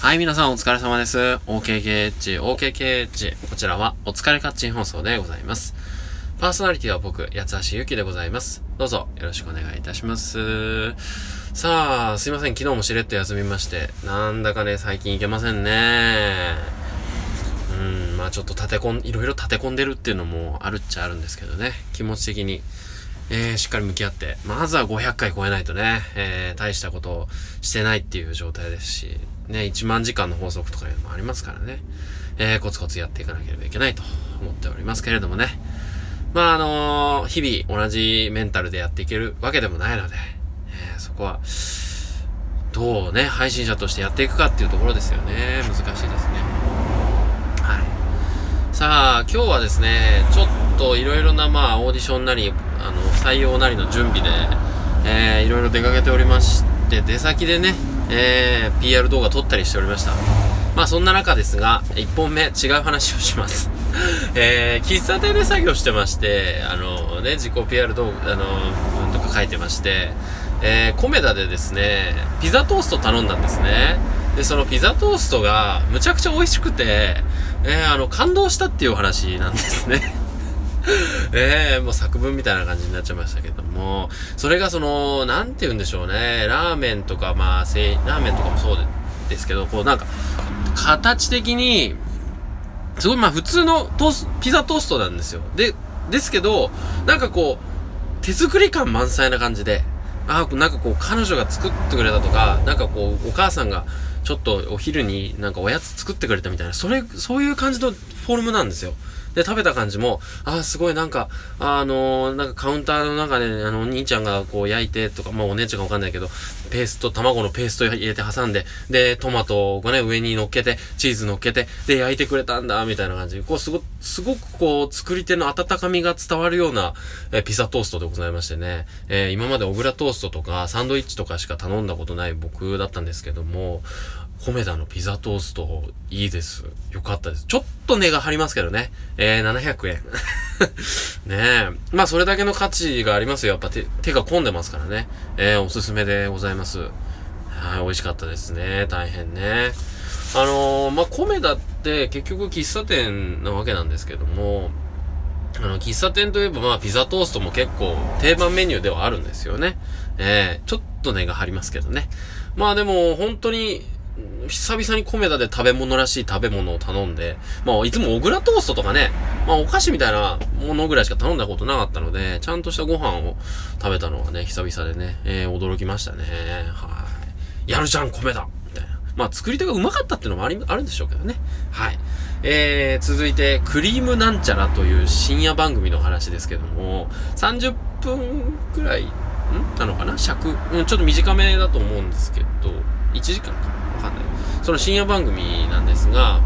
はい、皆さんお疲れ様です。OKKH。こちらはお疲れカッチン放送でございます。パーソナリティは僕、八橋ゆきでございます。どうぞよろしくお願いいたします。さあ、すいません。昨日もしれっと休みまして、なんだかね、最近いけませんね。まあちょっといろいろ立て込んでるっていうのもあるっちゃあるんですけどね。気持ち的に。しっかり向き合って、まずは500回超えないとね、大したことをしてないっていう状態ですし、ね、1万時間の法則とかいうのもありますからね、コツコツやっていかなければいけないと思っておりますけれどもね。まあ日々同じメンタルでやっていけるわけでもないので、そこは、どうね、配信者としてやっていくかっていうところですよね。難しいですね。はい。さあ、今日はですね、ちょっといろいろなオーディションなり、採用なりの準備で、いろいろ出かけておりまして、出先でね、PR 動画撮ったりしておりました。まあそんな中ですが、1本目違う話をします。喫茶店で作業してまして、自己 PR 動画、とか書いてまして、コメダでですね、ピザトースト頼んだんですね。で、そのピザトーストがむちゃくちゃ美味しくて、感動したっていうお話なんですね。もう作文みたいな感じになっちゃいましたけども、それがなんて言うんでしょうね、ラーメンとかラーメンとかもそうですけど、こうなんか、形的に、すごい普通のピザトーストなんですよ。ですけど、なんかこう、手作り感満載な感じで、なんかこう、彼女が作ってくれたとか、なんかこう、お母さんがちょっとお昼になんかおやつ作ってくれたみたいな、そういう感じのフォルムなんですよ。で、食べた感じも、すごいなんか、なんかカウンターの中で、お兄ちゃんがこう焼いてとか、お姉ちゃんがわかんないけど、卵のペースト入れて挟んで、で、トマトをね、上に乗っけて、チーズ乗っけて、で、焼いてくれたんだ、みたいな感じで、こう、すごくこう、作り手の温かみが伝わるような、ピザトーストでございましてね、今まで小倉トーストとか、サンドイッチとかしか頼んだことない僕だったんですけども、コメダのピザトースト、いいです。よかったです。ちょっと値が張りますけどね。700円。ねえ。それだけの価値がありますよ。やっぱ手が込んでますからね。おすすめでございます。はい、美味しかったですね。大変ね。コメダって結局喫茶店なわけなんですけども、喫茶店といえばピザトーストも結構定番メニューではあるんですよね。ちょっと値が張りますけどね。でも本当に、久々にコメダで食べ物らしい食べ物を頼んで、いつも小倉トーストとかね、お菓子みたいなものぐらいしか頼んだことなかったので、ちゃんとしたご飯を食べたのはね、久々でね、驚きましたね。はい。やるじゃん、コメダみたいな。作り手がうまかったっていうのもあるんでしょうけどね。はい。続いて、クリームなんちゃらという深夜番組の話ですけども、30分くらい、なのかな尺、ちょっと短めだと思うんですけど、1時間かわかんない。その深夜番組なんですが、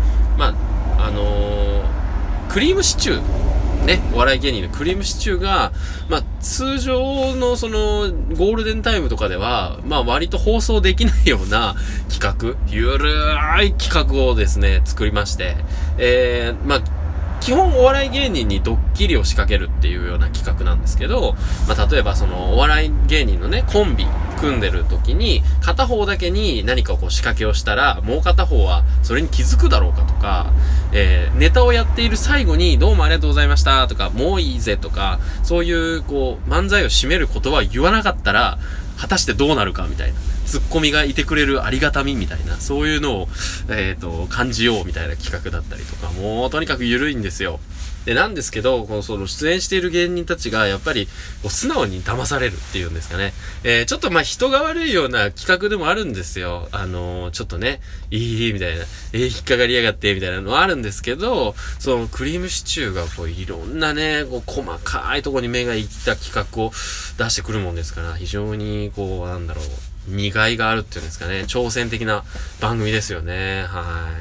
クリームシチュー、ね、お笑い芸人のクリームシチューが、通常のゴールデンタイムとかでは、割と放送できないような企画、ゆるーい企画をですね、作りまして、基本お笑い芸人にドッキリを仕掛けるっていうような企画なんですけど、例えばお笑い芸人のね、コンビ組んでる時に、片方だけに何か仕掛けをしたら、もう片方はそれに気づくだろうかとか、ネタをやっている最後に、どうもありがとうございましたとか、もういいぜとか、そういう漫才を締める言葉を言わなかったら、果たしてどうなるかみたいな。ツッコミがいてくれるありがたみみたいな、そういうのを、感じようみたいな企画だったりとか、もうとにかく緩いんですよ。で、なんですけど、出演している芸人たちが、やっぱり、素直に騙されるっていうんですかね。ちょっと人が悪いような企画でもあるんですよ。ちょっとね、みたいな、引っかかりやがって、みたいなのはあるんですけど、クリームシチューが、いろんなね、細かいところに目がいった企画を出してくるもんですから、非常に、苦いがあるっていうんですかね、挑戦的な番組ですよね。はい。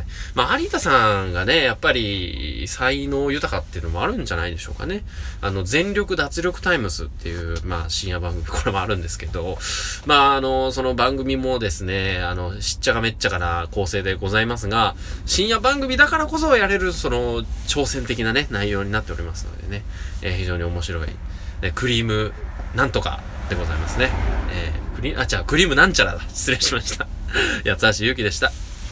有田さんがね、やっぱり才能豊かっていうのもあるんじゃないでしょうかね。全力脱力タイムスっていう、深夜番組、これもあるんですけど、その番組もですね、しっちゃかめっちゃかな構成でございますが、深夜番組だからこそやれる、挑戦的なね、内容になっておりますのでね、非常に面白い、クリームなんとかでございますね。クリームなんちゃらだ。失礼しました。八橋ゆうきでした。